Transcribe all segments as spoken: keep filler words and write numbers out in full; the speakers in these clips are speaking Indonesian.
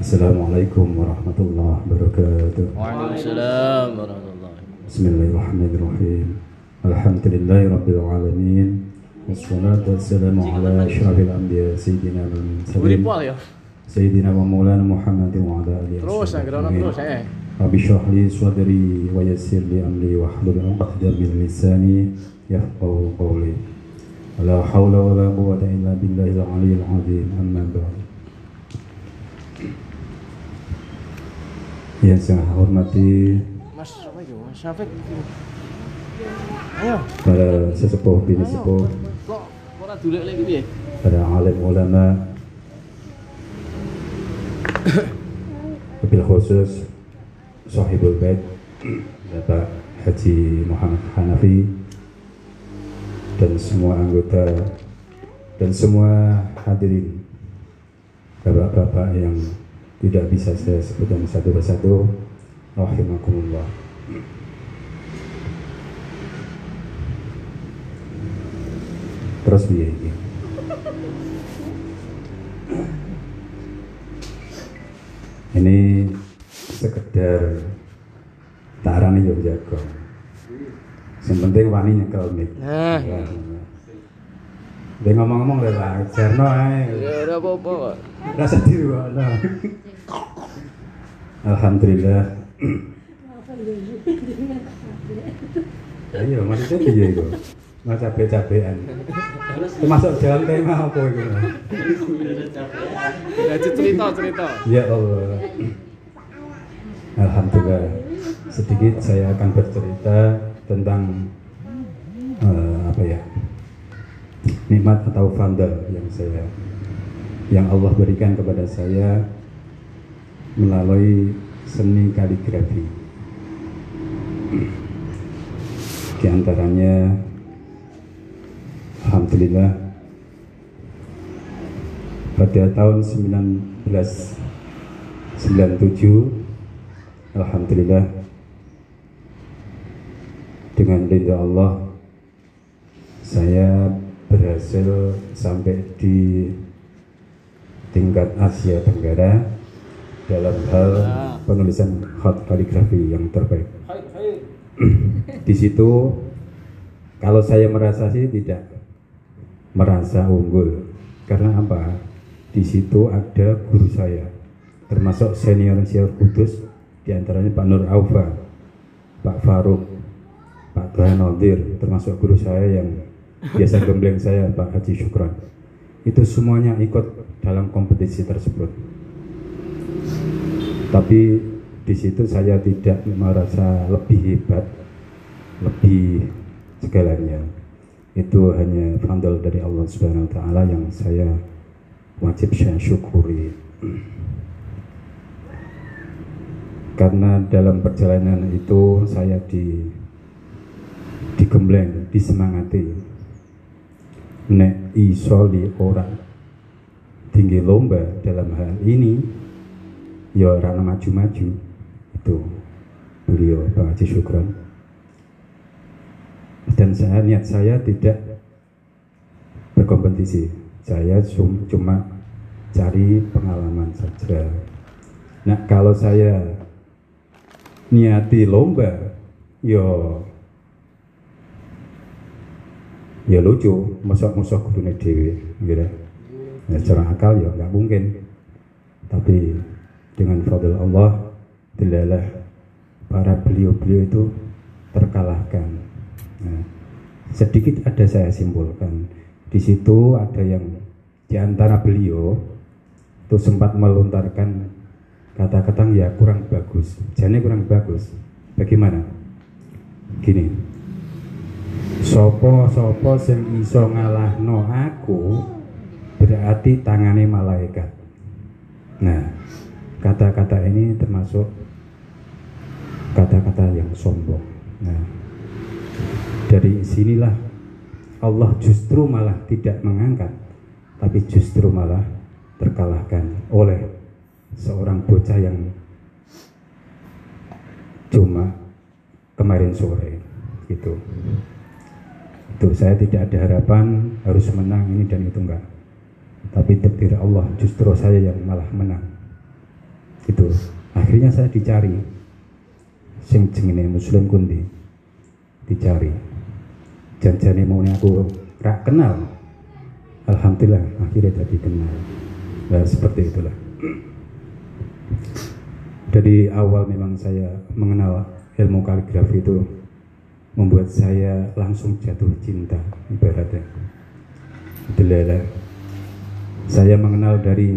Assalamualaikum warahmatullahi wabarakatuh. Waalaikumsalam warahmatullahi wabarakatuh. Bismillahirrahmanirrahim. Alhamdulillahi rabbil alamin. Wassalatu wassalamu ala asyrafil anbiya sayyidina wal mursalin. Sayyidina wa maulana Muhammadin wa ala alihi Terus ya, gerona terus ya. Rabbi shrah li sadri wa yassir li amri wahlul 'uqdatam min lisani yafqahu qawli. La haula wala quwwata illa billahil aliyyil azim. Amma ba'd. Yang saya hormati Mas apa itu? Mas Syafiq. Ayo. para sesepuh bini sepuh, Kok ora dulek lagi piye? para alim ulama, wabil khusus Sahibul Bait Bapak Haji Muhammad Hanafi dan semua anggota dan semua hadirin, bapak-bapak yang tidak bisa saya sebutkan satu persatu, rahimakumullah. Terus biaya ini ini sekedar tarani yang jago, yang penting wani nyekel mic. Nah. Dia ngomong-ngomong lewat Jarno ae. Ya ora apa-apa kok. Rasa diruwono. Alhamdulillah. Ayo, maksudnya piye iku? Mas cabe-cabean. Termasuk dalam tema apa iku? Ya cerita-cerita. Ya Allah. Alhamdulillah. Sedikit saya akan bercerita tentang uh, apa ya? Nikmat atau fadl yang saya yang Allah berikan kepada saya melalui seni kaligrafi. Di antaranya alhamdulillah pada tahun seribu sembilan ratus sembilan puluh tujuh alhamdulillah dengan ridha Allah saya berhasil sampai di tingkat Asia Tenggara dalam hal penulisan khat kaligrafi yang terbaik. Di situ kalau saya merasa sih tidak merasa unggul, karena apa? Di situ ada guru saya, termasuk senior Syekh Kudus, diantaranya Pak Nur Aufa, Pak Faruk, Pak Tuhan Nadir, termasuk guru saya yang biasa gembleng saya, Pak Haji Syukran. Itu semuanya ikut dalam kompetisi tersebut. Tapi di situ saya tidak merasa lebih hebat, lebih segalanya. Itu hanya fadl dari Allah Subhanahu wa taala yang saya wajib saya syukuri. Karena dalam perjalanan itu saya di digembleng, disemangati. Nek iso li ora tinggi lomba dalam hal ini ya orang maju-maju. Itu beliau Pak Haji Syukran. Dan saya niat saya tidak berkompetisi, saya cuma cari pengalaman saja. Nah kalau saya niati lomba yo ya lucu, musuh-musuh gurune dhewe gitu. Ya secara akal ya nggak mungkin. Tapi dengan fadl Allah, dilalah para beliau-beliau itu terkalahkan. Nah, sedikit ada saya simpulkan. Di situ ada yang di antara beliau itu sempat melontarkan kata-kata ya kurang bagus. Jane kurang bagus. Bagaimana? Gini. Sopo-sopo sing iso ngalahno aku berarti tangane malaikat. Nah, kata-kata ini termasuk kata-kata yang sombong. Nah, dari sinilah Allah justru malah tidak mengangkat, tapi justru malah terkalahkan oleh seorang bocah yang cuma kemarin sore gitu. Itu saya tidak ada harapan harus menang ini dan itu enggak. Tapi takdir Allah justru saya yang malah menang. Gitu. Akhirnya saya dicari sing jenenge muslim kundi, dicari janjane mau aku rak kenal, alhamdulillah akhirnya jadi kenal. Nah, seperti itulah. Dari awal memang saya mengenal ilmu kaligrafi itu membuat saya langsung jatuh cinta ibaratnya. Itulah saya mengenal dari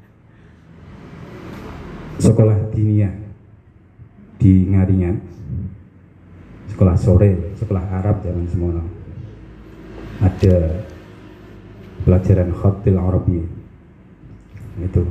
sekolah diniyah di Ngaringan, sekolah sore, sekolah Arab zaman semono. Ada pelajaran khatil Arabi. Itu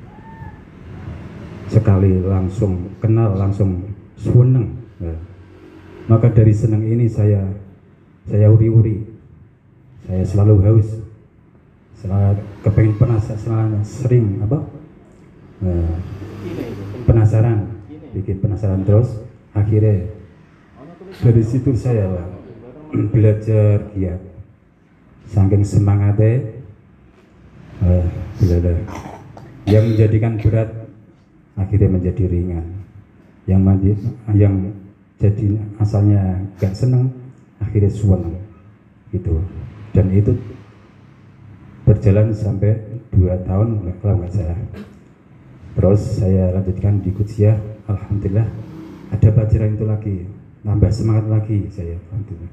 sekali langsung kenal, langsung seneng. Nah, maka dari senang ini saya saya uri-uri, saya selalu haus, selalu kepengen penasaran, selalu sering apa nah, penasaran, bikin penasaran terus. Akhirnya dari situ saya lah, belajar giat, saking semangatnya uh, belajar yang menjadikan berat akhirnya menjadi ringan, yang mandi, yang jadi asalnya gak seneng akhirnya seneng gitu. Dan itu berjalan sampai dua tahun kalau nggak salah. Terus saya lanjutkan di Kutsiah, alhamdulillah ada pelajaran itu lagi, nambah semangat lagi saya, alhamdulillah.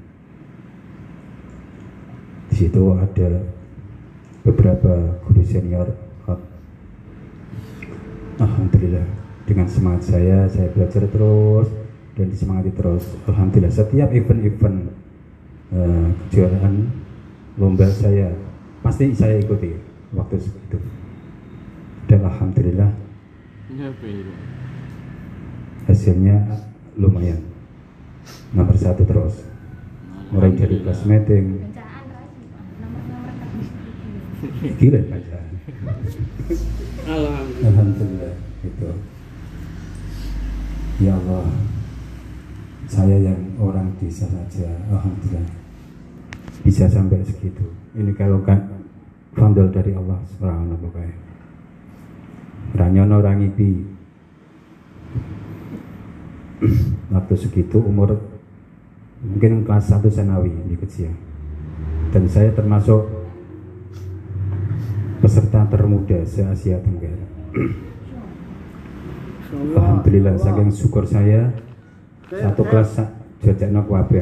Di situ ada beberapa guru senior, alhamdulillah dengan semangat saya, saya belajar terus dan disemangati terus. Alhamdulillah setiap event-event uh, kejuaraan lomba saya pasti saya ikuti waktu itu. Dan alhamdulillah hasilnya lumayan, nomor satu terus, mulai dari kelas meeting. Gila bacaan. Alhamdulillah. Alhamdulillah itu. Ya Allah, saya yang orang desa saja, alhamdulillah bisa sampai segitu. Ini kalau kan fondol dari Allah subhanahu wa ta'ala. Ranyono rangipi. Waktu segitu umur mungkin kelas satu sanawi di Kutsiah. Dan saya termasuk peserta termuda se-Asia Tenggara. Alhamdulillah saking syukur saya satu kelas jajakno kabeh.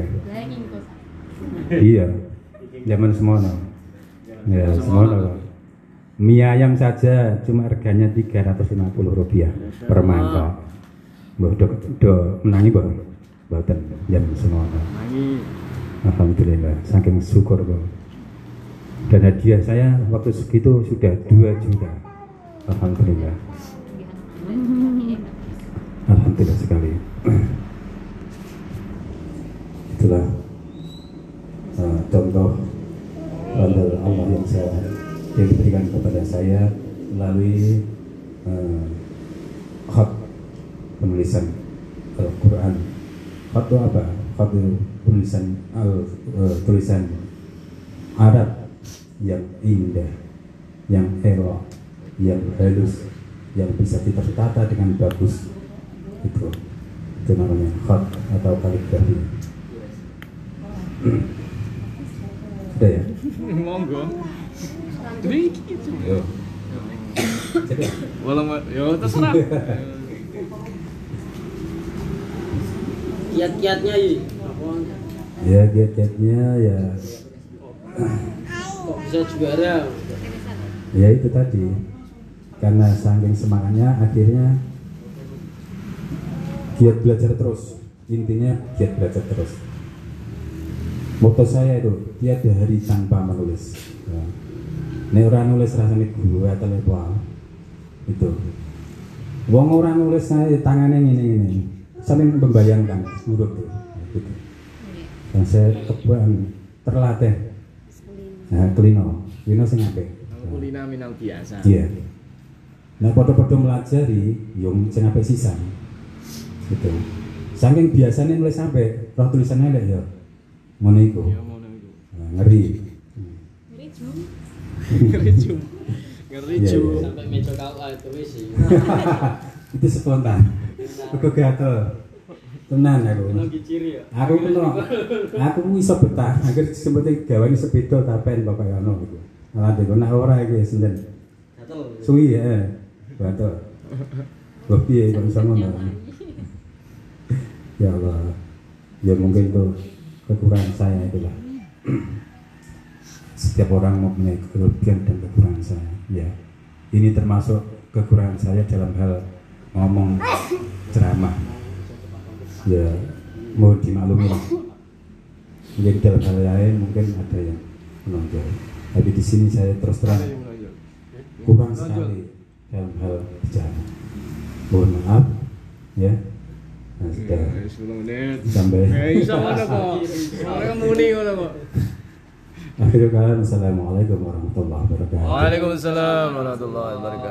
Iya. Zaman semono. Ya, semono. Mie ayam saja cuma harganya tiga ratus lima puluh rupiah per mangkok. Mbah do, do menangi mbah. Mboten yen semono. Alhamdulillah saking syukur kok. Dan hadiah saya waktu segitu sudah dua juta. Alhamdulillah. Alhamdulillah sekali. Itulah uh, contoh fondol Allah yang saya yang diberikan kepada saya melalui uh, khat penulisan Al-Quran. Khat itu apa? Khat penulisan al, uh, tulisan Arab yang indah, yang elok, yang halus, yang bisa ditertata dengan bagus. Itu, itu namanya khat atau kaligrafi. Sudah ya? Monggo. Dikit cuma. Yo. Coba. Walau yo terserah. Kiat-kiatnya ya. Ya kiat-kiatnya ya. Kok bisa juara? Ya itu tadi. Karena saking semangatnya akhirnya giat belajar terus. Intinya giat belajar terus. Moto saya itu tiada hari tanpa menulis. Ya. Nek ora nulis rasane gua telepon itu. Wong ora nulis saya tangannya ngene-ngene. Saling membayangkan huruf itu. Gitu. Dan saya kebuan terlatih. Nah, Klino, Klino sing apik. Kulina minal biasa. Iya. Nah, padha-padha melajari yang sing apik sisan. Gitu. Saking biasanya nulis sampai roh tulisannya ada ya. Ngono iku. Ya ngono iku. Nah, ngeri. Ngeri jum. Ngeri cum. Ngeri Iya, cum. iya. Sampai meja kau itu wis sih. Itu spontan. Aku gatel. Tenan aku. Ono ciri ya. Aku kena. Aku iso betah. Akhir sempet gawane sepeda tapen pokoke ono iku. Malah dek nek ora iki senden. Gatel. Suwi ya. Gatel. Lho piye kok iso ngono. Ya Allah. Ya mungkin itu kekurangan saya itulah. Setiap orang mempunyai kelebihan dan kekurangan saya. Ya. Ini termasuk kekurangan saya dalam hal ngomong ceramah. Ya, mau dimaklumi. Mungkin dalam hal lain mungkin ada yang menonjol. Tapi di sini saya terus terang kurang sekali dalam hal bicara. Mohon maaf, ya. Nah, sudah sepuluh menit. sampai. Eh, iso ngono kok. Ora muni ngono kok. Akhirul kalam, assalamualaikum warahmatullahi wabarakatuh. Waalaikumsalam warahmatullahi wabarakatuh.